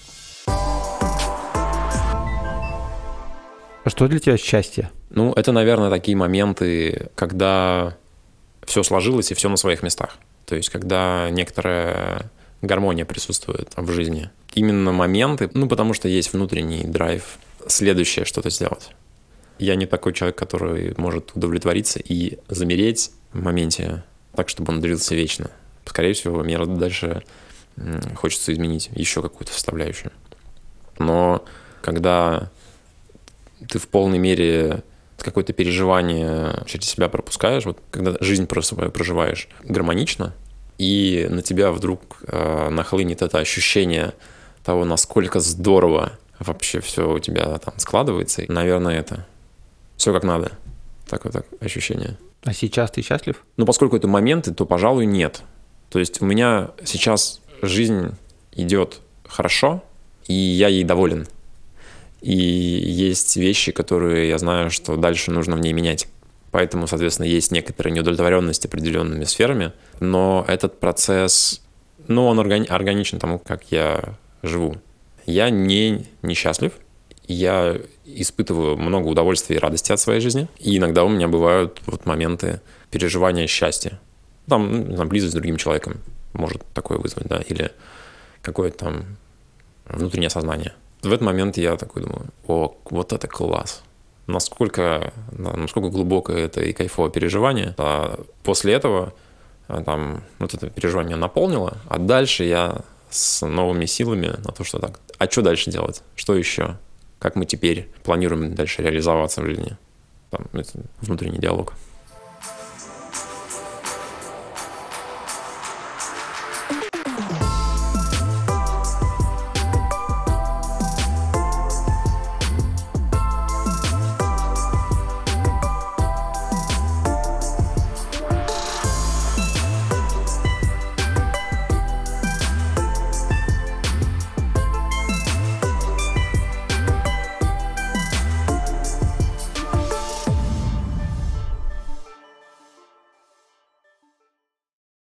[SPEAKER 1] А что для тебя счастье?
[SPEAKER 2] Ну, это, наверное, такие моменты, когда все сложилось и все на своих местах. То есть, когда некоторая гармония присутствует в жизни. Именно моменты, ну, потому что есть внутренний драйв следующее что-то сделать. Я не такой человек, который может удовлетвориться и замереть в моменте так, чтобы он длился вечно. Скорее всего, мне дальше хочется изменить еще какую-то составляющую. Но когда ты в полной мере какое-то переживание через себя пропускаешь, вот когда жизнь просто проживаешь гармонично, и на тебя вдруг э, нахлынет это ощущение того, насколько здорово вообще все у тебя там складывается. И, наверное, это все как надо. Такое так, ощущение.
[SPEAKER 1] А сейчас ты счастлив?
[SPEAKER 2] Ну, поскольку это моменты, то, пожалуй, нет. То есть у меня сейчас жизнь идет хорошо, и я ей доволен. И есть вещи, которые я знаю, что дальше нужно в ней менять. Поэтому, соответственно, есть некоторая неудовлетворенность определенными сферами, но этот процесс, ну, он органи- органичен тому, как я живу. Я не несчастлив, я испытываю много удовольствия и радости от своей жизни, и иногда у меня бывают вот моменты переживания счастья. Там, ну, там близость с другим человеком может такое вызвать, да, или какое-то там внутреннее сознание. В этот момент я такой думаю, о, вот это класс. Насколько, да, насколько глубокое это и кайфовое переживание. А после этого там, вот это переживание наполнило, а дальше я с новыми силами на то, что так, а что дальше делать? Что еще? Как мы теперь планируем дальше реализоваться в жизни? Там, это внутренний диалог.